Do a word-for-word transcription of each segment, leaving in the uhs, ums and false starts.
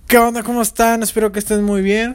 ¿Qué onda? ¿Cómo están? Espero que estén muy bien.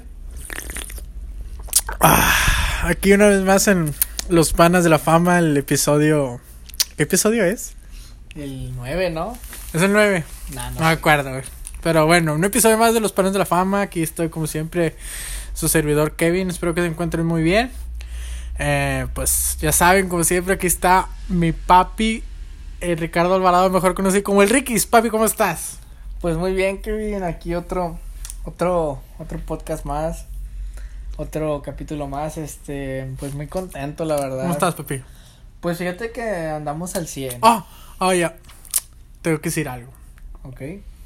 Ah, aquí una vez más en Los Panas de la Fama, el episodio... ¿Qué episodio es? El nueve, ¿no? Es el nueve. Nah, no No me acuerdo, güey. Pero bueno, un episodio más de Los Panas de la Fama. Aquí estoy como siempre, su servidor Kevin. Espero que se encuentren muy bien. Eh, pues ya saben, como siempre, aquí está mi papi, el Ricardo Alvarado, mejor conocido como el Rikis. Papi, ¿cómo estás? Pues muy bien, Kevin, aquí otro, otro, otro podcast más, otro capítulo más, este, pues muy contento, la verdad. ¿Cómo estás, papi? Pues fíjate que andamos al cien. Oh, oh, ya. Tengo que decir algo. Ok.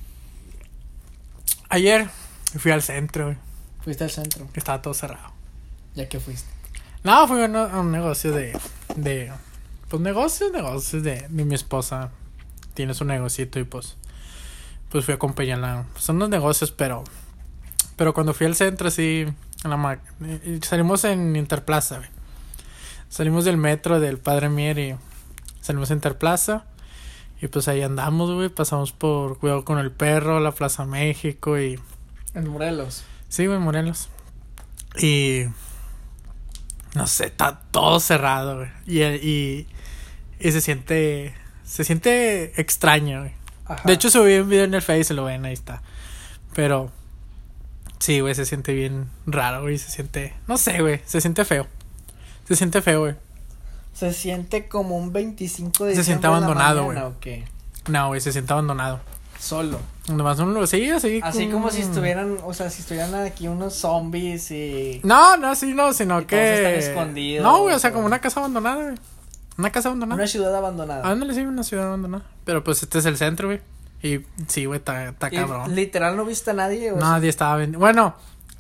Ayer fui al centro, güey. Fuiste al centro. Estaba todo cerrado. ¿Ya que fuiste? No, fui a un, a un negocio de, de, pues negocios, negocios de, de mi esposa. Tiene su negocito y pues, pues fui a acompañarla. Son unos negocios, pero, pero cuando fui al centro, así, en la ma- salimos en Interplaza, güey. Salimos del metro del Padre Mier y salimos a Interplaza. Y pues ahí andamos, güey. Pasamos por Cuidado con el Perro, la Plaza México y... En Morelos. Sí, güey, Morelos. Y... no sé, está todo cerrado, güey. Y, y, y se siente... Se siente extraño, güey. Ajá. De hecho, subí un video en el Face y se lo ven, ahí está. Pero... sí, güey, se siente bien raro, güey. Se siente... no sé, güey. Se siente feo. Se siente feo, güey. Se siente como un veinticinco de Se siente abandonado, güey. ¿O qué? No, güey, se siente abandonado. Solo. Nomás uno lo sigue así. Así con... como si estuvieran, o sea, si estuvieran aquí unos zombies y... No, no, sí, no, sino y que... todos están escondidos. No, güey, o sea, como una casa abandonada, güey. Una casa abandonada. Una ciudad abandonada. Ándale, sí, una ciudad abandonada. Pero pues este es el centro, güey. Y sí, güey, está ¿Y cabrón. literal no viste a nadie? O Nadie estaba vendiendo. Bueno,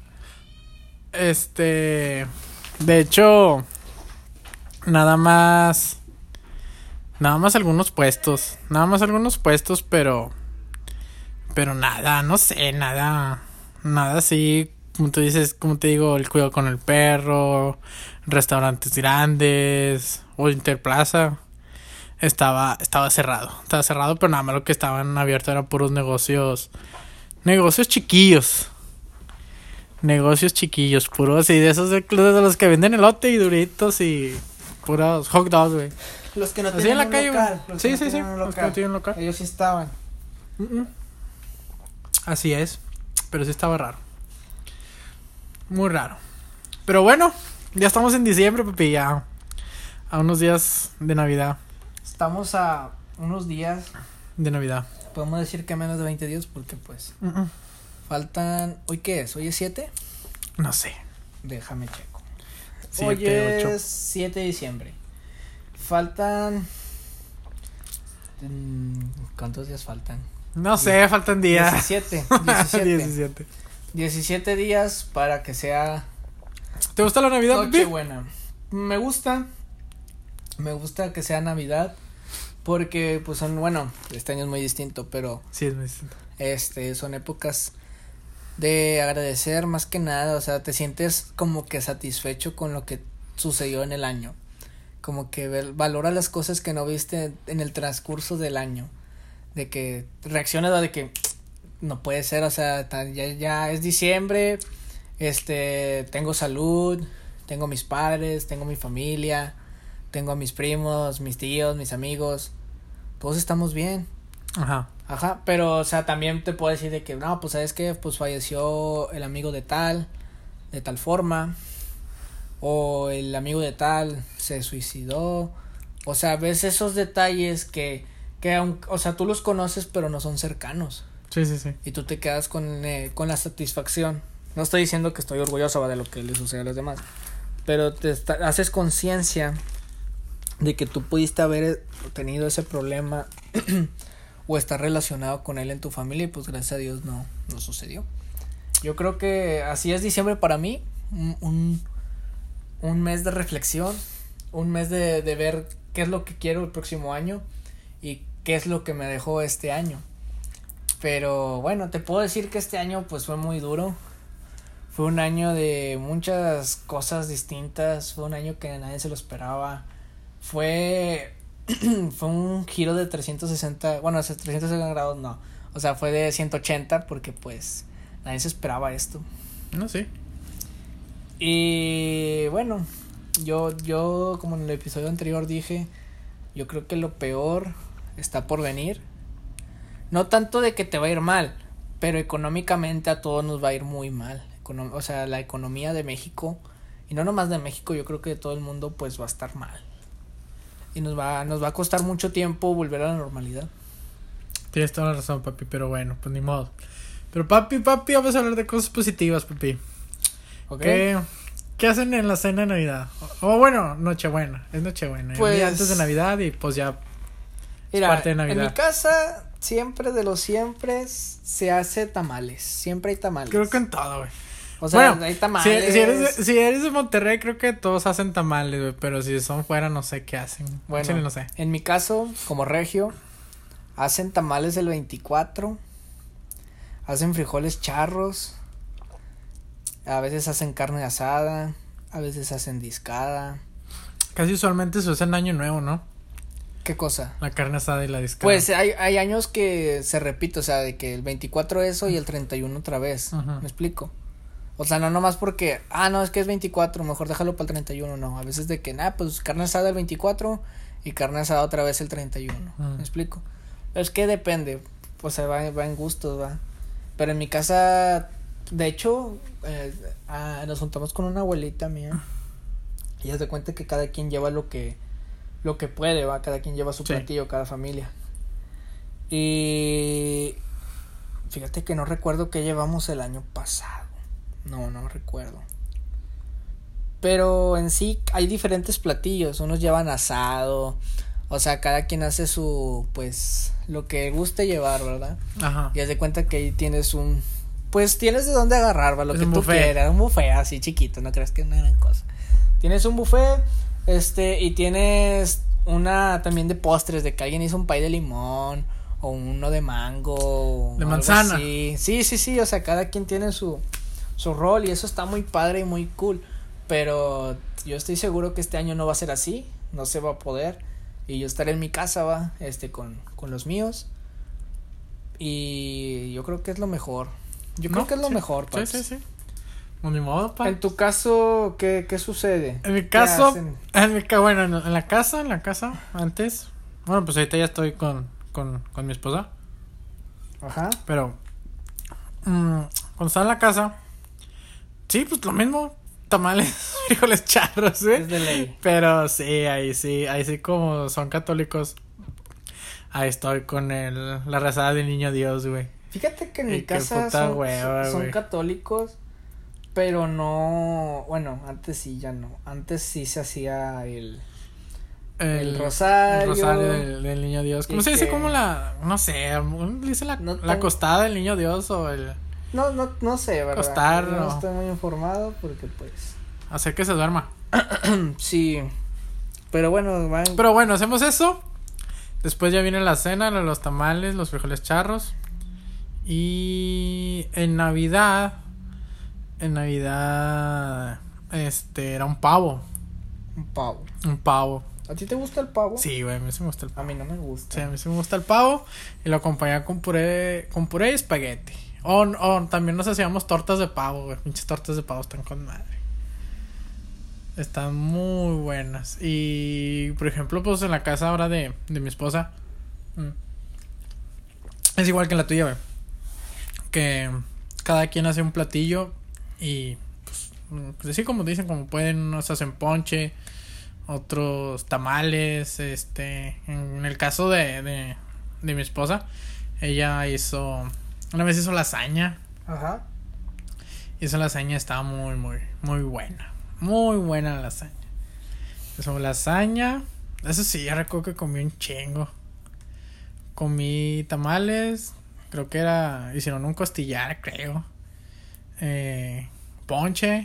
este... de hecho, nada más... Nada más algunos puestos. Nada más algunos puestos, pero... Pero nada, no sé, nada... Nada así, como tú dices, como te digo, el Cuidado con el Perro, restaurantes grandes, o Interplaza. Estaba, estaba cerrado, estaba cerrado, pero nada más lo que estaban abiertos eran puros negocios, negocios chiquillos, negocios chiquillos, puros, y de esos de, de los que venden elote y duritos y puros hot dogs, güey. Los que no Así tienen en la un calle, local. güey. Los Sí, que no sí, sí, tienen un los que local. no tienen local. Ellos sí estaban. Mm-mm. Así es, pero sí estaba raro, muy raro. Pero bueno, ya estamos en diciembre, papi, ya a unos días de Navidad. Estamos a unos días. De Navidad. Podemos decir que menos de veinte días porque pues Mm-mm. faltan... ¿Hoy qué es? ¿Hoy es siete? No sé. Déjame checo. Siete, Hoy ocho. es siete de diciembre. Faltan... mm, ¿Cuántos días faltan? No sé, faltan días. diecisiete. diecisiete. diecisiete. diecisiete días para que sea ¿Te gusta la Navidad, papi? Nochebuena. Me gusta. Me gusta que sea Navidad. Porque, pues, son, bueno, este año es muy distinto, pero Sí, es muy distinto. este son épocas de agradecer más que nada. O sea, te sientes como que satisfecho con lo que sucedió en el año. Como que ver, valora las cosas que no viste en el transcurso del año. De que reaccionas de que no puede ser, o sea, tan- ya, ya es diciembre, este, tengo salud, tengo mis padres, tengo mi familia, tengo a mis primos, mis tíos, mis amigos, todos estamos bien. Ajá. Ajá, pero, o sea, también te puedo decir de que, no, pues, ¿sabes qué? Pues falleció el amigo de tal, de tal forma, o el amigo de tal se suicidó, o sea, ves esos detalles que, que aun- o sea, tú los conoces, pero no son cercanos, Sí, sí, sí. y tú te quedas con, eh, con la satisfacción. No estoy diciendo que estoy orgulloso, va, de lo que le sucede a los demás, pero te está- haces conciencia de que tú pudiste haber tenido ese problema o estar relacionado con él en tu familia y pues gracias a Dios no, no sucedió. Yo creo que así es diciembre para mí, un, un, un mes de reflexión, un mes de, de ver qué es lo que quiero el próximo año y qué es lo que me dejó este año. Pero bueno, te puedo decir que este año pues fue muy duro. Fue un año de muchas cosas distintas, fue un año que nadie se lo esperaba. Fue fue un giro de trescientos sesenta, bueno, trescientos sesenta grados no. O sea, fue de ciento ochenta porque pues Nadie se esperaba esto. No sé. Y bueno, yo, yo como en el episodio anterior dije, yo creo que lo peor está por venir. No tanto de que te va a ir mal, pero económicamente a todos nos va a ir muy mal. Econo- o sea, la economía de México, y no nomás de México, yo creo que de todo el mundo pues va a estar mal. Y nos va, nos va a costar mucho tiempo volver a la normalidad. Tienes toda la razón, papi, pero bueno, pues ni modo. Pero papi, papi, vamos a hablar de cosas positivas, papi. ¿Ok? ¿Qué, qué hacen en la cena de Navidad? O, o bueno, Nochebuena, es Nochebuena. Pues- El día antes de Navidad y pues ya Mira, parte de Navidad. en mi casa siempre de los siempre se hace tamales. Siempre hay tamales. creo que en todo, güey. O sea, Bueno, hay Si, tamales. si eres de, si eres de Monterrey, creo que todos hacen tamales, güey. Pero si son fuera, no sé qué hacen. Bueno, Chile, no sé. en mi caso, como regio, hacen tamales el veinticuatro. Hacen frijoles charros. A veces hacen carne asada. A veces hacen discada. Casi usualmente se usa en Año Nuevo, ¿no? ¿Qué cosa? La carne asada y la discada. Pues hay, hay años que se repite, o sea, de que el veinticuatro eso y el treinta y uno otra vez. Ajá. ¿Me explico? O sea, no nomás porque, ah, no, es que es veinticuatro, mejor déjalo para el treinta y uno, no. A veces de que, nada, pues carne asada el veinticuatro y carne asada otra vez el treinta y uno. Ajá. ¿Me explico? Es que depende, o sea, va, va en gustos, va. Pero en mi casa, de hecho, eh, ah, nos juntamos con una abuelita mía y haz de cuenta que cada quien lleva lo que, lo que puede, va, cada quien lleva su Sí. platillo, cada familia. Y fíjate que no recuerdo qué llevamos el año pasado. No, no recuerdo. Pero en sí hay diferentes platillos. Unos llevan asado. O sea, cada quien hace su, pues, lo que guste llevar, ¿verdad? Ajá. Y haz de cuenta que ahí tienes un, pues tienes de dónde agarrar, va, lo Es que un tú buffet. quieras. Un buffet así chiquito, no creas que es una gran cosa. Tienes un buffet, este, y tienes una también de postres, de que alguien hizo un pay de limón, o uno de mango, o De algo manzana. así. Sí, sí, sí, o sea, cada quien tiene su, su rol y eso está muy padre y muy cool. Pero yo estoy seguro que este año no va a ser así, no se va a poder. Y yo estaré en mi casa, va, este, con, con los míos. Y yo creo que es lo mejor. Yo creo No, que es lo sí, mejor, Sí, paps. sí, sí. Pues ni modo, pa. En tu caso, ¿qué, qué sucede? En mi ¿Qué caso, hacen? en mi ca- bueno, en, en la casa, en la casa, antes. Bueno, pues ahorita ya estoy con, con, con mi esposa. Ajá. Pero mm, cuando estaba en la casa, sí, pues lo mismo. Tamales, frijoles charros, ¿eh? Es de ley. Pero sí, ahí sí, ahí sí como son católicos. Ahí estoy con el, la rezada del niño Dios, güey. Fíjate que en Y mi qué casa puta son, hueva, son güey. católicos, pero no, bueno, antes sí, ya no. Antes sí se hacía el, el rosario. El rosario del, del niño Dios. ¿Cómo Y se dice? que- Como la, no sé, ¿cómo dice la, No la tan- acostada del niño Dios o el No, no, no sé, ¿verdad? Costar, Yo no ¿no? estoy muy informado porque pues, hacer que se duerma? sí, pero bueno, van, Pero bueno, hacemos eso. Después ya viene la cena, los tamales, los frijoles charros. Y en Navidad, en Navidad, este, era un pavo. un pavo. Un pavo. ¿A ti te gusta el pavo? Sí, güey, a mí sí me gusta el A pavo. mí no me gusta. Sí, a mí sí me gusta el pavo. Y lo acompañaba con puré, con puré y espagueti. O, o también nos hacíamos tortas de pavo, güey. Pinches tortas de pavo están con madre. Están muy buenas. Y, por ejemplo, pues en la casa ahora de, de mi esposa. mm, Es igual que la tuya, güey. Que cada quien hace un platillo. Y, pues, mm, pues así como dicen, como pueden, unos hacen ponche. Otros tamales. Este, en el caso de, de, de mi esposa, ella hizo, una vez hizo lasaña. Ajá. Hizo lasaña, estaba muy, muy, muy buena. Muy buena la lasaña. Hizo lasaña. Eso sí, ya recuerdo que comí un chingo. Comí tamales. Creo que era, hicieron un costillar, creo. Eh, ponche.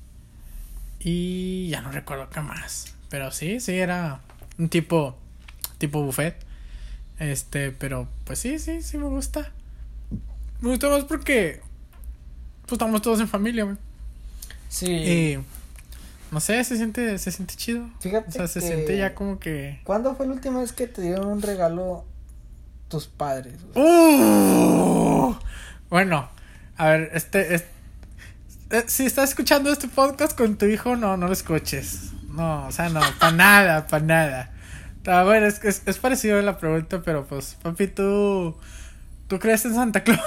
Y ya no recuerdo qué más. Pero sí, sí, era un tipo, tipo buffet. Este, pero pues sí, sí, sí me gusta. Me gusta más porque pues estamos todos en familia, güey. Sí. Y no sé, se siente, se siente chido. Fíjate O sea, se que- siente ya como que. ¿Cuándo fue la última vez que te dieron un regalo tus padres? ¡Uh! Bueno, A ver, este, es- eh, si estás escuchando este podcast con tu hijo, no, no lo escuches. No, o sea, no, para nada, para nada. Está bueno, es, es, es parecido a la pregunta, pero pues, papi, tú, ¿tú crees en Santa Claus?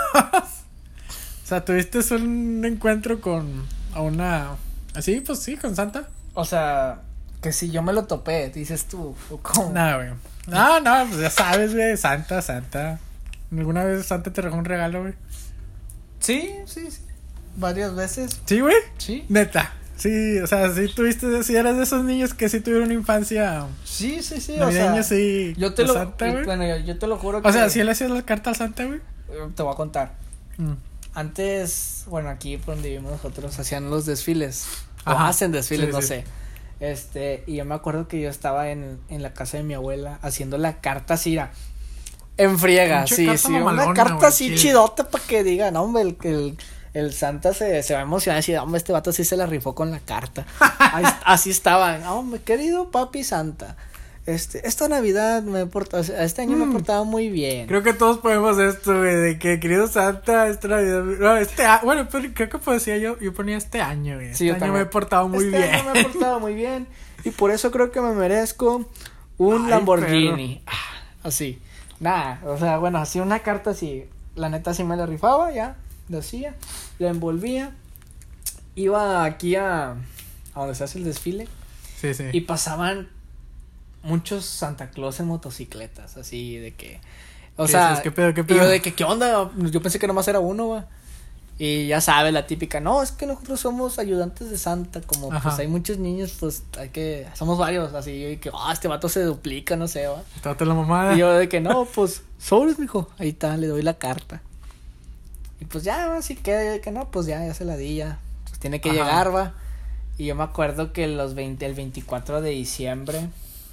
O sea, ¿tuviste un encuentro con a una, así, pues sí, con Santa? O sea, que si yo me lo topé, dices tú, o cómo. Nada, güey. No, no, pues ya sabes, güey, Santa, Santa. ¿Alguna vez Santa te regaló un regalo, güey? Sí, sí, sí. Varias veces. Sí, güey. Sí. Neta. Sí, o sea, sí tuviste, si eras de esos niños que sí tuvieron una infancia Sí, sí, sí. navideña, o sea, sí. yo te de lo Santa, güey. bueno, yo, yo te lo juro que O sea, si él hacía la carta al Santa, güey. te voy a contar. Mm. Antes, bueno, aquí por donde vivimos nosotros hacían los desfiles. Ajá. O hacen desfiles, Sí, no sí. sé. Este, y yo me acuerdo que yo estaba en, en la casa de mi abuela haciendo la carta Cira. En friega, Pinche sí, carta sí. Una mamalona, carta güey, así chile. chidota para que digan, no, hombre, el, el, el Santa se, se va a emocionar y decir, hombre, este vato sí se la rifó con la carta. Ahí- así estaba, "Ah, hombre, querido papi Santa. Este, esta Navidad me he portado, este año me he Mm. portado muy bien. Creo que todos podemos esto, güey, de que querido Santa, esta Navidad, no, este año, bueno, pero creo que pues decía yo, yo ponía este año, güey. Sí, este yo año también. me he portado muy Este bien. año me he portado muy bien y por eso creo que me merezco un Ay, Lamborghini. Ah, así. Nada, o sea, bueno, así una carta así. La neta sí me la rifaba, ya, lo hacía, la envolvía. Iba aquí a, a donde se hace el desfile Sí, sí. y pasaban muchos Santa Claus en motocicletas, así de que, o ¿Qué sea, dices? ¿Qué pedo, qué y pedo? yo de que, ¿qué onda? Yo pensé que nomás era uno, va. Y ya sabes, la típica, no, es que nosotros somos ayudantes de Santa, como Ajá. pues hay muchos niños, pues hay que, somos varios, así, y que, ah, este vato se duplica, no sé, va. Estaba toda la mamada. Y yo de que, no, pues, sobres, mijo, ahí está, le doy la carta. Y pues ya, así que, que no, pues ya, ya se la di, ya, pues tiene que Ajá. llegar, va. Y yo me acuerdo que los veinte, el veinticuatro de diciembre,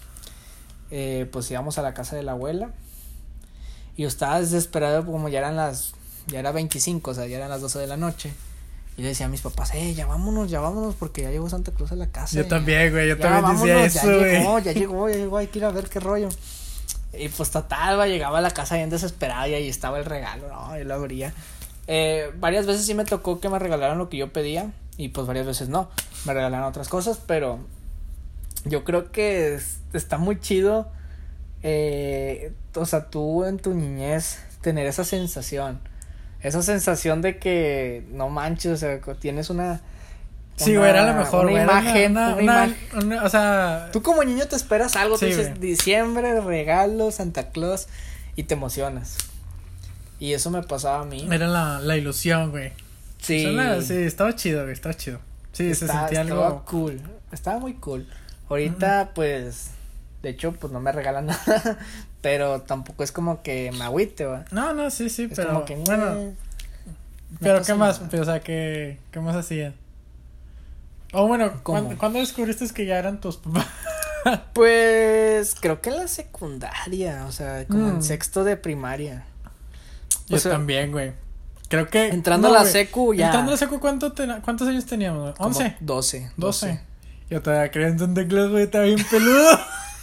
eh, pues íbamos a la casa de la abuela. Y yo estaba desesperado, como ya eran las, ya era veinticinco, o sea, ya eran las doce de la noche. Y le decía a mis papás, eh, ya vámonos, ya vámonos, porque ya llegó Santa Claus a la casa. Yo y- también, güey, yo ya también decía vámonos, eso, ya güey. llegó, ya llegó, ya llegó, hay que ir a ver qué rollo. Y pues total, va, llegaba a la casa bien desesperada y ahí estaba el regalo, no, yo lo abría. Eh, varias veces sí me tocó que me regalaran lo que yo pedía y pues varias veces no, me regalaron otras cosas, pero yo creo que es- está muy chido, eh, o sea, tú en tu niñez tener esa sensación, esa sensación de que no manches, o sea, que tienes una... Sí, una- güey, era lo mejor, una güey. era imagen, una, una una- imagen. una- o sea, Tú como niño te esperas algo, Sí, tú dices güey. diciembre, regalo, Santa Claus y te emocionas. Y eso me pasaba a mí. era la, la ilusión, güey. Sí. Suena- sí, estaba chido, güey, estaba chido. Sí, se Está- sentía estaba algo. cool. Estaba muy cool. Ahorita pues de hecho pues no me regalan nada, pero tampoco es como que me agüite, va. No, no, sí, sí, Es pero como que bueno, eh, no pero pasa qué más, nada. Pero, o sea, qué, qué más hacían. O bueno, ¿Cómo? ¿cuándo, ¿cuándo descubriste que ya eran tus papás? Pues creo que en la secundaria, o sea, como Mm. en sexto de primaria. Yo O sea, también, güey. Creo que entrando no, a la güey. secu ya. Entrando a la secu, ¿cuánto tena- ¿cuántos años teníamos? güey? como ¿once? doce. doce. Yo todavía creía en Santa Claus, güey, estaba bien peludo.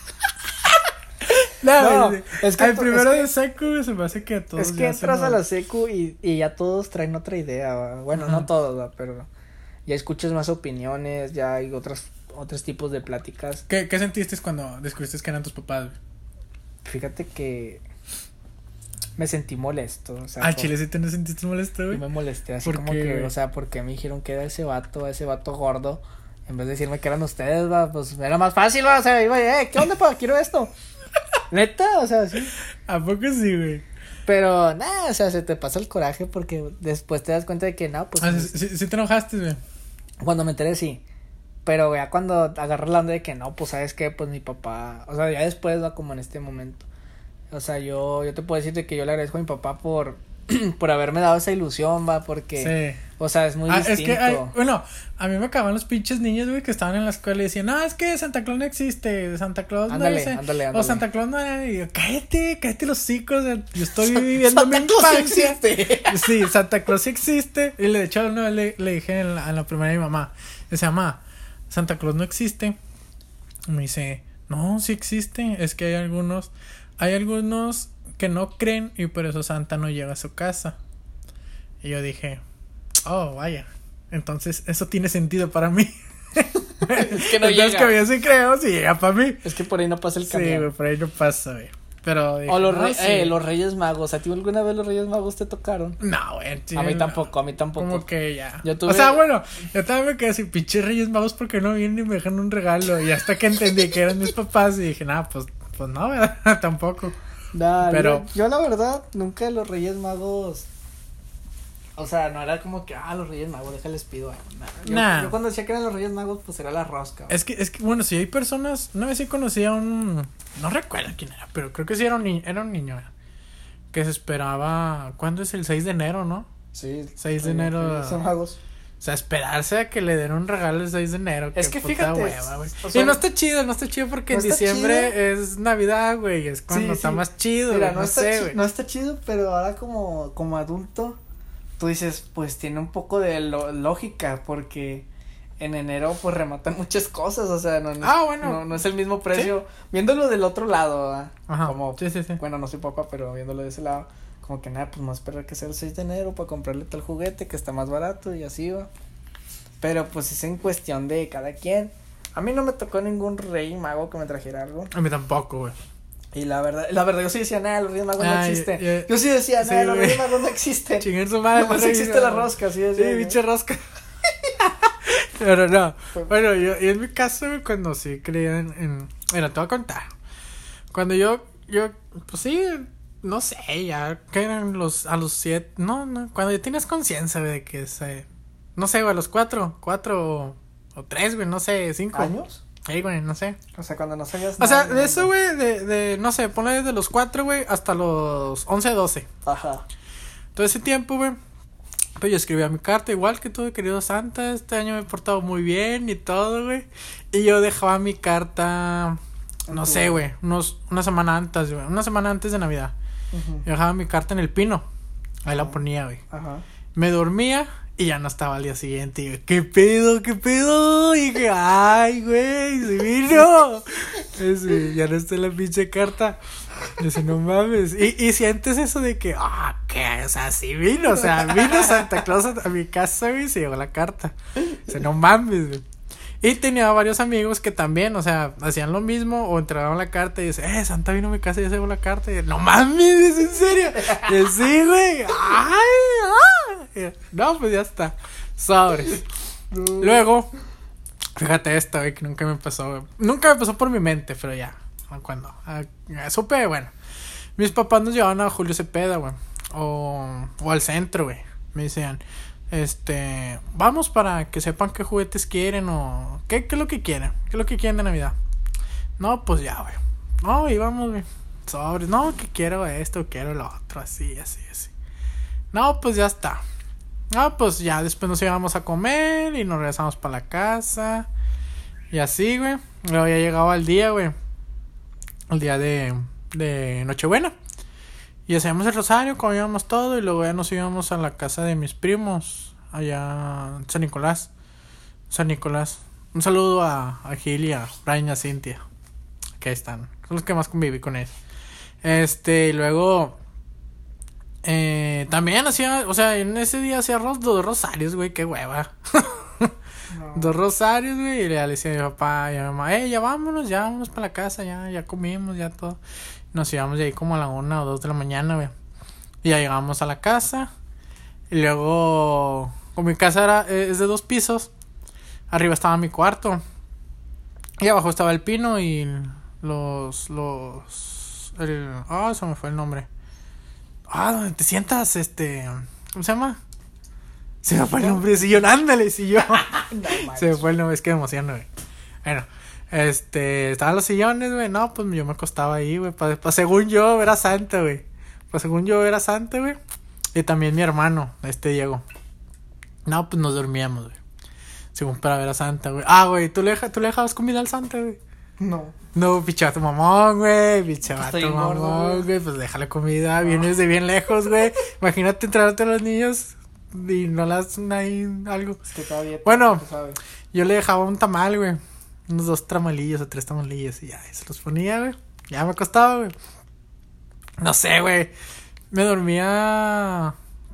no, No, güey, es que- al primero es que- de secu, güey, se me hace que a todos Es que ya se entras a nos- la secu y, y ya todos traen otra idea, ¿va? Bueno, Ajá. no todos, ¿va? Pero ya escuchas más opiniones, ya hay otros otros tipos de pláticas. ¿Qué, ¿Qué sentiste cuando descubriste que eran tus papás, güey? Fíjate que me sentí molesto, o sea, Al por- chile sí te no sentiste molesto, y güey. me molesté, así ¿Por como qué, que, güey? o sea, porque me dijeron que era ese vato, ese vato gordo, en vez de decirme que eran ustedes, va, pues era más fácil, va, o sea, iba, eh, ¿qué onda, pa? Quiero esto. Neta, o sea, sí. ¿A poco sí, güey? Pero, nada, o sea, se te pasa el coraje porque después te das cuenta de que, no, pues, Ah, sí, sí- sí te enojaste, güey. cuando me enteré, sí. Pero ya cuando agarré la onda de que no, pues, ¿sabes qué? Pues mi papá, o sea, ya después, va, como en este momento. O sea, yo, yo te puedo decir de que yo le agradezco a mi papá por, por haberme dado esa ilusión, va, porque, Sí. o sea, es muy Ah, distinto. es que, hay- bueno, a mí me acaban los pinches niños, güey, que estaban en la escuela y decían, no, es que Santa Claus no existe, Santa Claus Ándale, no es. ándale, O ándale. Santa Claus no es. Y yo, cállate, cállate los hocicos, yo estoy viviendo mi Santa Claus sí infancia. existe. Sí, Santa Claus sí existe. Y de hecho, una vez le, le dije en la, en la primaria a mi mamá, le decía, mamá, Santa Claus no existe. Y me dice, no, sí existe, es que hay algunos, hay algunos que no creen y por eso Santa no llega a su casa. Y yo dije, oh, vaya. Entonces, eso tiene sentido para mí. Es que no Entonces, llega. que yo sí creo, sí llega para mí. Es que por ahí no pasa el Sí, camión. güey, por ahí no pasa, güey. Pero dije, O los, no, re- sí. eh, los Reyes Magos. ¿A ti alguna vez los Reyes Magos te tocaron? No, güey. Sí, A mí no. tampoco, a mí tampoco. Como que ya. Yo tuve- O sea, bueno, yo también me quedé así, pinches Reyes Magos, porque no vienen y me dejan un regalo. Y hasta que entendí que eran mis papás y dije, nada, pues, pues no, ¿verdad? Tampoco. Nah, Pero- yo, yo la verdad nunca de los Reyes Magos. O sea, no era como que, ah, los Reyes Magos, déjales pido. Nah, yo, Nah. yo cuando decía que eran los Reyes Magos, pues era la rosca. güey. Es que, es que, bueno, si hay personas, una vez sí conocí a un, no recuerdo quién era, pero creo que sí era un niño, era un niño, ¿verdad? Que se esperaba, ¿cuándo es el seis de enero, no? Sí. seis de Reyes- enero. Reyes Magos. O sea, esperarse a que le den un regalo el seis de enero. Es qué que puta fíjate, hueva, güey. o sea, y no está chido, no está chido porque no en está diciembre es Navidad, güey. Es cuando Sí, está sí. más chido, Mira, güey, no, no, está sé, chi- güey. no está chido, pero ahora como, como adulto, tú dices, pues tiene un poco de lo- lógica, porque en enero pues rematan muchas cosas, o sea, no, no, Ah, bueno. no, no es el mismo precio. Viéndolo del otro lado, ¿verdad? Ajá, Como, sí, sí, sí. bueno, no soy papá, pero viéndolo de ese lado, como que nada, pues no esperar que sea el seis de enero para comprarle tal juguete que está más barato y así va. Pero pues es en cuestión de cada quien. A mí no me tocó ningún rey mago que me trajera algo. A mí tampoco, güey. Y la verdad, la verdad, yo sí decía, nada, los Reyes Magos no Ay, existen. ya- Yo sí decía, sí, nada, los güey. Reyes Magos no existen. Chingar su madre. Nomás los existe Reyes la Magos. rosca, sí, Sí, decía. pinche rosca. Pero no. Bueno, yo, y en mi caso, güey, cuando sí creía en, en. Mira, te voy a contar. Cuando yo, yo, pues sí, no sé, ya, que eran los, a los siete, no, no, cuando ya tienes conciencia, güey, de que se, no sé, güey, a los cuatro, cuatro o, o tres, güey, no sé, cinco. ¿Años? Sí, güey, no sé. O sea, cuando no sabías O sea, nada, de eso, güey, de, de, no sé, ponle desde los cuatro, güey, hasta los once, doce. Ajá. Todo ese tiempo, güey, pues yo escribía mi carta igual que tú, querido Santa, este año me he portado muy bien y todo, güey. Y yo dejaba mi carta, no tu- sé, güey, unos, una semana antes, güey, una semana antes de Navidad. Ujú. Yo dejaba mi carta en el pino, ahí la ponía, güey. Ajá. Me dormía y ya no estaba al día siguiente. Y yo, ¿qué pedo, qué pedo? Y dije, ay, güey, se vino. Ese, ya no está la pinche carta. Y dice, no mames. Y, y sientes eso de que, ah, ¿qué? O sea, sí vino. O sea, vino Santa Claus a, a mi casa, güey, y se llevó la carta. Dice, no mames, güey. Y tenía varios amigos que también, o sea, hacían lo mismo o entregaban la carta y dice, eh, Santa vino a mi casa y ya se llevó la carta. Y, no mames, ¿es en serio? Y yo, sí, güey. Ay, ah. Y, no, pues ya está. Sobres. Luego, fíjate esto, güey, que nunca me pasó, güey. Nunca me pasó por mi mente, pero ya. Cuando ah, supe, bueno. Mis papás nos llevaban a Julio Cepeda, güey. O, o al centro, güey. Me decían, este, vamos para que sepan qué juguetes quieren o qué, qué es lo que quieren. ¿Qué es lo que quieren de Navidad? No, pues ya, güey. No, íbamos, güey. Sobres. No, que quiero esto, quiero lo otro, así, así, así. No, pues ya está. No, pues ya después nos íbamos a comer y nos regresamos para la casa. Y así, güey. Luego ya llegaba el día, güey. El día de, de Nochebuena. Y hacíamos el rosario, comíamos todo. Y luego ya nos íbamos a la casa de mis primos. Allá en San Nicolás. San Nicolás. Un saludo a, a Gil y a Brian y a Cintia. Que ahí están. Son los que más conviví con ellos. Este, y luego. Eh, también hacía, o sea, en ese día hacía ros, dos rosarios, güey, qué hueva. No. Dos rosarios, güey, y le decía a mi papá y a mi mamá, eh, ya vámonos, ya vámonos para la casa, ya, ya comimos, ya todo. Nos íbamos de ahí como a la una o dos de la mañana, güey. Y ya llegamos a la casa. Y luego, como mi casa era, eh, es de dos pisos, arriba estaba mi cuarto. Y abajo estaba el pino y los, los, el, ah, se me fue el nombre. Ah, donde te sientas, este, ¿cómo se llama? Se me fue el nombre, sillón, ándale, sillón. No, Se me fue el nombre, es que me emociona, güey. Bueno, este, estaban los sillones, güey. No, pues yo me acostaba ahí, güey. Para pa, según yo ver a Santa, güey. Pues según yo ver a Santa, güey. Y también mi hermano, este Diego. No, pues nos dormíamos, güey. Según para ver a Santa, güey. Ah, güey, ¿tú le, ¿tú le dejabas comida al Santa, güey? No. No, pichato mamón, güey. Pichato Estoy gordo, mamón, güey. güey. Pues déjale comida. Vienes de bien lejos, güey. Imagínate entrarte a los niños y no las ahí algo. Es que todavía. Bueno. tú sabes. Yo le dejaba un tamal, güey. Unos dos tamalillos o tres tamalillos. Y ya, y se los ponía, güey. Ya me acostaba, güey. No sé, güey. Me dormía.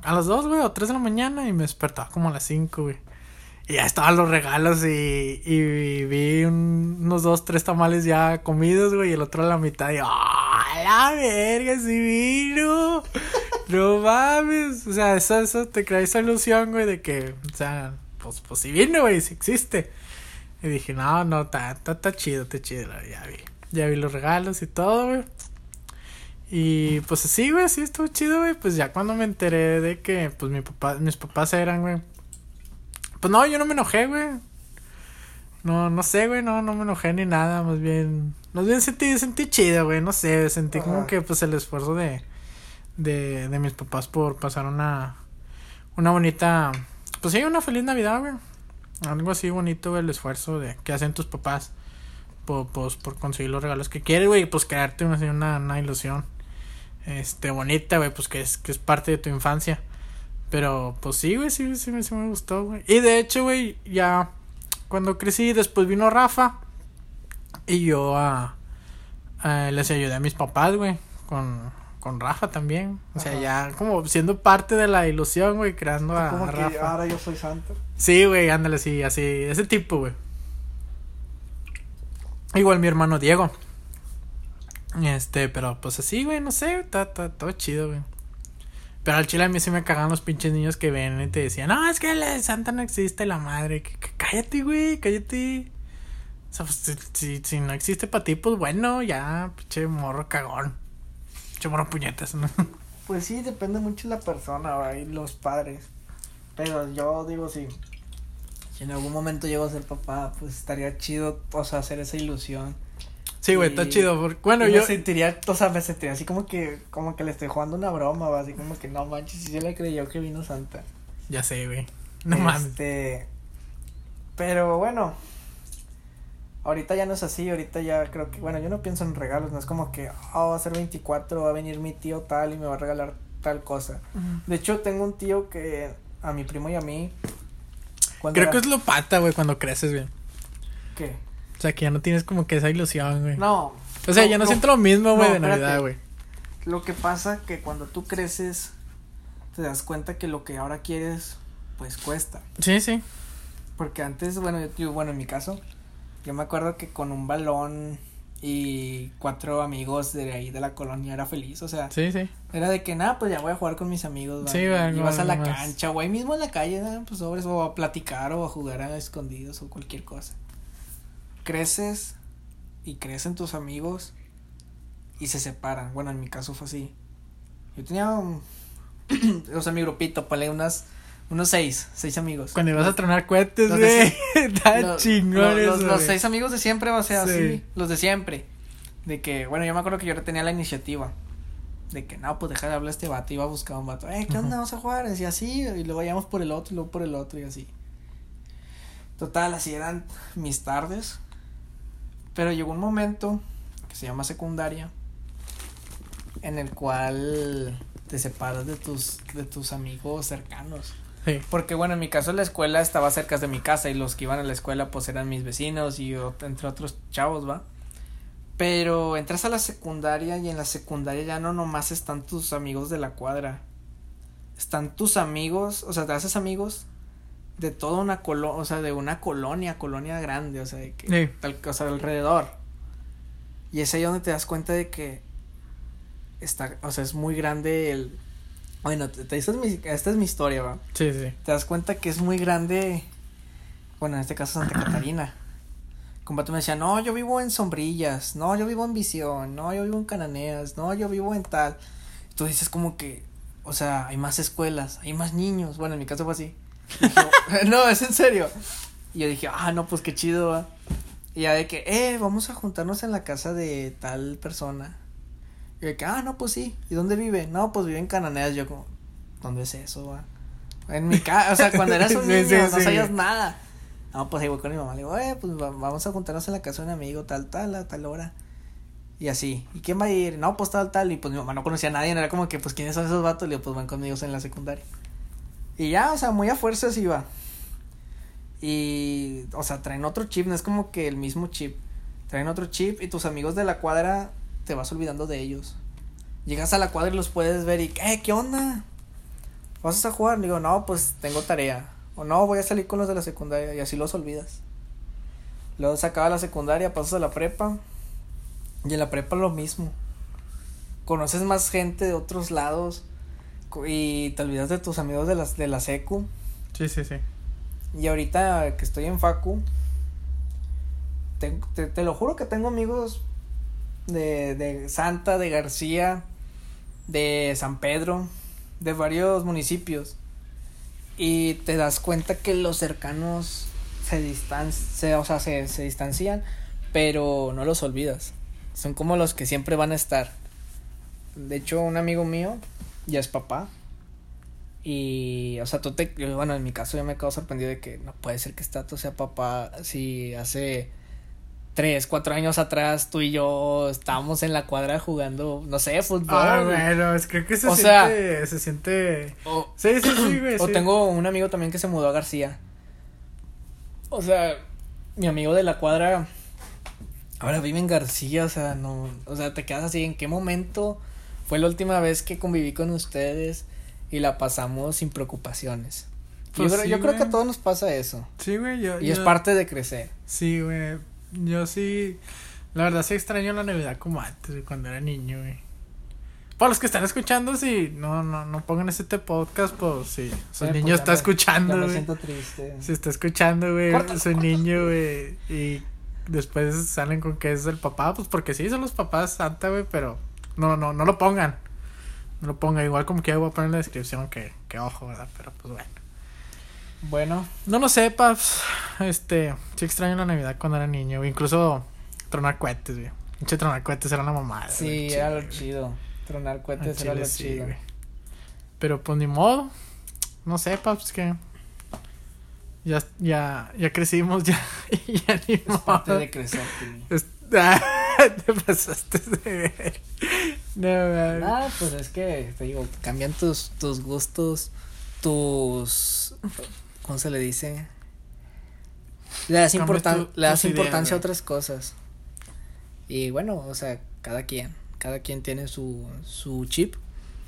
a las dos, güey, o tres de la mañana y me despertaba como a las cinco, güey. Y ya estaban los regalos y, y vi un, unos dos, tres tamales ya comidos, güey, y el otro a la mitad. Y, ¡ah, la verga, sí vino! No mames. O sea, eso, eso te crea esa ilusión, güey, de que, o sea, pues, pues sí vino, güey, sí existe. Y dije, no, no, está, está, está chido, está chido, ya vi. Ya vi los regalos y todo, güey. Y pues así, güey, sí estuvo chido, güey. Pues ya cuando me enteré de que, pues mi papá, mis papás eran, güey. Pues no, yo no me enojé, güey. No, no sé, güey, no, no me enojé ni nada, más bien, más bien sentí, sentí chido, güey, no sé, sentí como Ajá. que, pues, el esfuerzo de, de, de mis papás por pasar una, una bonita, pues sí, una feliz Navidad, güey. Algo así bonito, güey, el esfuerzo de que hacen tus papás por, pues, por conseguir los regalos que quieres, güey, y pues crearte una, una, una ilusión, este, bonita, güey, pues que es, que es parte de tu infancia. Pero, pues sí, güey, sí, sí, sí me gustó, güey. Y de hecho, güey, ya cuando crecí, después vino Rafa. Y yo a, a les ayudé a mis papás, güey, con, con Rafa también. O sea, Ajá. ya como siendo parte de la ilusión, güey, creando a, Como a que Rafa. ahora yo soy Santa. Sí, güey, ándale, sí, así, ese tipo, güey. Igual mi hermano Diego. Este, pero pues así, güey, no sé, está, está todo chido, güey. Pero al chile a mí sí me cagan los pinches niños que ven y te decían, no, es que la Santa no existe, la madre. Que, que, cállate, güey, cállate. O sea, pues, si, si, si no existe para ti, pues bueno, ya, pinche morro cagón. Pinche morro puñetas, ¿no? Pues sí, depende mucho de la persona, güey, y los padres. Pero yo digo, sí, si en algún momento llego a ser papá, pues estaría chido, o sea, hacer esa ilusión. Sí, güey, Y- está chido. Porque, bueno, y yo. me sentiría, o sea, me sentiría así como que, como que le estoy jugando una broma, va, así como que no manches, si se le creyó que vino Santa. Ya sé, güey. No mames. Este, pero bueno, ahorita ya no es así, ahorita ya creo que, bueno, yo no pienso en regalos, no es como que, oh, va a ser veinticuatro, va a venir mi tío tal y me va a regalar tal cosa. De hecho, tengo un tío que a mi primo y a mí, cuando Creo era- que es lo pata, güey, cuando creces, güey. ¿Qué? O sea, que ya no tienes como que esa ilusión, güey. No. O sea, ya no, siento lo mismo, güey, no, de Navidad, espérate. güey. Lo que pasa que cuando tú creces, te das cuenta que lo que ahora quieres, pues cuesta. Sí, sí. Porque antes, bueno, yo, yo- bueno, en mi caso, yo me acuerdo que con un balón y cuatro amigos de ahí de la colonia era feliz, o sea, Sí, sí. era de que nada, pues ya voy a jugar con mis amigos, ¿va? Sí, Y va, ibas no, a la nomás. cancha, o ahí mismo en la calle, ¿no? Pues sobres, o a platicar o a jugar a escondidos o cualquier cosa. Creces y crecen tus amigos y se separan. Bueno, en mi caso fue así. Yo tenía un, o sea, mi grupito, ponle unas unos seis, seis amigos. Cuando ibas a tronar cohetes, los de güey. Está Los- chingón los, eso, los, los güey. seis amigos de siempre, o sea, Sí. así, los de siempre. De que, bueno, yo me acuerdo que yo tenía la iniciativa. De que, no, pues deja de hablar a este vato. Iba a buscar un vato. Eh, ¿qué onda? Ujú. Vamos a jugar. Y así, y luego vayamos por el otro, y luego por el otro, y así. Total, así eran mis tardes. Pero llegó un momento que se llama secundaria, en el cual te separas de tus, de tus amigos cercanos. Sí. Porque bueno, en mi caso la escuela estaba cerca de mi casa y los que iban a la escuela pues eran mis vecinos y yo, entre otros chavos, ¿va? Pero entras a la secundaria y en la secundaria ya no nomás están tus amigos de la cuadra. Están tus amigos, o sea, te haces amigos de toda una colonia, o sea, de una colonia, colonia grande, o sea, de que, Sí. tal, o sea, alrededor. Y es ahí donde te das cuenta de que está, o sea, es muy grande el... Bueno, te, te, esta, es mi, esta es mi historia, ¿va? Sí, sí. Te das cuenta que es muy grande, bueno, en este caso Santa Catarina. Como tú me decía, no, yo vivo en Sombrillas, no, yo vivo en Visión, no, yo vivo en Cananeas, no, yo vivo en tal. Tú dices como que, o sea, hay más escuelas, hay más niños. Bueno, en mi caso fue así. Dije, no, es en serio. Y yo dije, ah, no, pues qué chido, va. Y ya de que, eh, vamos a juntarnos en la casa de tal persona. Y de que, ah, no, pues sí. ¿Y dónde vive? No, pues vive en Cananeas. Yo como, ¿dónde es eso, va? En mi casa, o sea, cuando eras un Sí, niño, sí, no sí. sabías nada. No, pues ahí voy con mi mamá. Le digo, eh, pues va- vamos a juntarnos en la casa de un amigo, tal, tal, a tal hora. Y así. ¿Y quién va a ir? No, pues tal, tal. Y pues mi mamá no conocía a nadie. Era como que, pues, ¿quiénes son esos vatos? Le digo, pues van conmigo en la secundaria. Y ya, o sea, muy a fuerzas iba. Y, o sea, traen otro chip, no es como que el mismo chip. Traen otro chip y tus amigos de la cuadra te vas olvidando de ellos. Llegas a la cuadra y los puedes ver y, eh, ¿qué onda? ¿vas a jugar? Digo, no, pues tengo tarea. O no, voy a salir con los de la secundaria. Y así los olvidas. Luego se acaba la secundaria, pasas a la prepa. Y en la prepa lo mismo. Conoces más gente de otros lados. Y te olvidas de tus amigos de la, de la secu. Sí, sí, sí. Y ahorita que estoy en facu, te, te, te lo juro que tengo amigos de, de Santa, de García, de San Pedro, de varios municipios. Y te das cuenta que los cercanos se distancian, o sea, se, se distancian, pero no los olvidas. Son como los que siempre van a estar. De hecho, un amigo mío ya es papá. Y, o sea, tú te, bueno, en mi caso yo me quedo sorprendido de que no puede ser que Stato sea papá si hace tres, cuatro años atrás tú y yo estábamos en la cuadra jugando, no sé, fútbol. Ah, bueno, es, creo que se o siente, sea, se siente. O, sí, sí, sí, güey. O sí. tengo un amigo también que se mudó a García. O sea, mi amigo de la cuadra ahora vive en García, o sea, no, o sea, te quedas así, ¿en qué momento fue la última vez que conviví con ustedes y la pasamos sin preocupaciones? Pues yo creo, sí, yo creo que güey. a todos nos pasa eso. Sí, güey, yo. Y yo, es parte de crecer. Sí, güey. Yo sí. La verdad sí extraño la Navidad como antes, güey, cuando era niño, güey. Para los que están escuchando, sí, no, no, no pongan este podcast, pues sí. Su Eh, niño pues está me, escuchando, ya me güey. siento triste. Se está escuchando, güey. Córtalo, Su córtalo. niño, güey. Y después salen con que es el papá, pues porque sí, son los papás Santa, güey, pero no, no, no lo pongan. No lo pongan. Igual como que ya voy a poner en la descripción que, que ojo, ¿verdad? Pero pues bueno. Bueno. No lo sepas, este, sí extraño la Navidad cuando era niño, güey. Incluso tronar cohetes, güey. Pinche tronar cohetes era una mamada. Sí, güey, era chile, lo chido. Tronar güey. cohetes Al era chile lo sí, chido. güey. Pero pues ni modo. No sé, paps, que ya, ya, ya crecimos, ya, ya ni Es modo. parte de crecer, Timmy. Es- te pasaste de ver. No, man. Ah, pues es que, te digo, cambian tus, tus gustos, tus, ¿cómo se le dice? Le das, Cambias importan- tu- le das tus ideas, importancia a güey. otras cosas. Y bueno, o sea, cada quien, cada quien tiene su, su chip.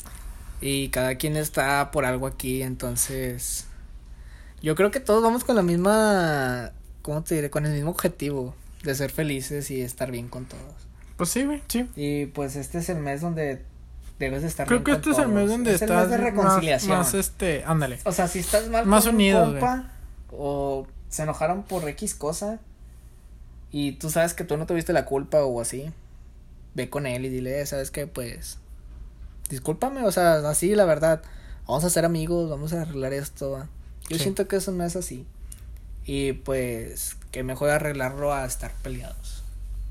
Y cada quien está por algo aquí, entonces yo creo que todos vamos con la misma, ¿cómo te diré? Con el mismo objetivo de ser felices y estar bien con todos. Pues sí, güey, sí. Y pues este es el mes donde debes de estar Creo bien que con este es el todos. mes donde es el estás mes de reconciliación. Más, más este, ándale. O sea, si estás mal más con unidos, un compa o se enojaron por X cosa y tú sabes que tú no tuviste la culpa o así, ve con él y dile, ¿sabes qué? Pues discúlpame, o sea, así la verdad, vamos a ser amigos, vamos a arreglar esto. ¿va? Yo Sí. siento que eso no es así. Y pues que mejor arreglarlo a estar peleados.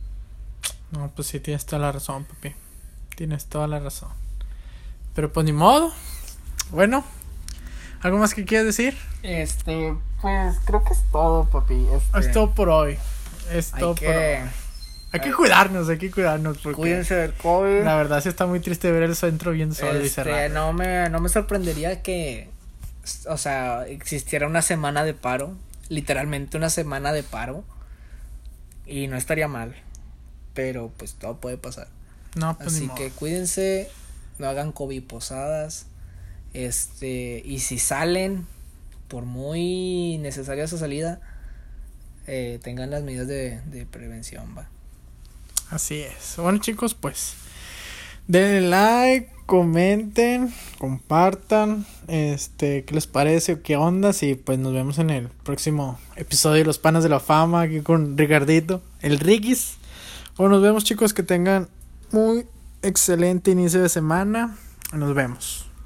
No, pues sí, tienes toda la razón, papi. Tienes toda la razón. Pero pues ni modo. Bueno, ¿algo más que quieras decir? Este, pues creo que es todo, papi. Este, Es todo por hoy. Es hay todo por que hoy. Hay que cuidarnos, hay que cuidarnos. Porque cuídense del COVID. la verdad sí está muy triste ver el centro bien solo y Este, cerrado. no me, no me sorprendería que, o sea, existiera una semana de paro, literalmente una semana de paro, y no estaría mal, pero pues todo puede pasar. No, pues ni Así modo. que cuídense, no hagan COVID posadas, este, y si salen, por muy necesaria su salida, eh, tengan las medidas de, de prevención, va. Así es. Bueno, chicos, pues denle like, comenten, compartan, este, qué les parece o qué onda, y pues nos vemos en el próximo episodio de Los Panas de la Fama aquí con Ricardito, el Riquis. Bueno, nos vemos, chicos, que tengan muy excelente inicio de semana. Nos vemos.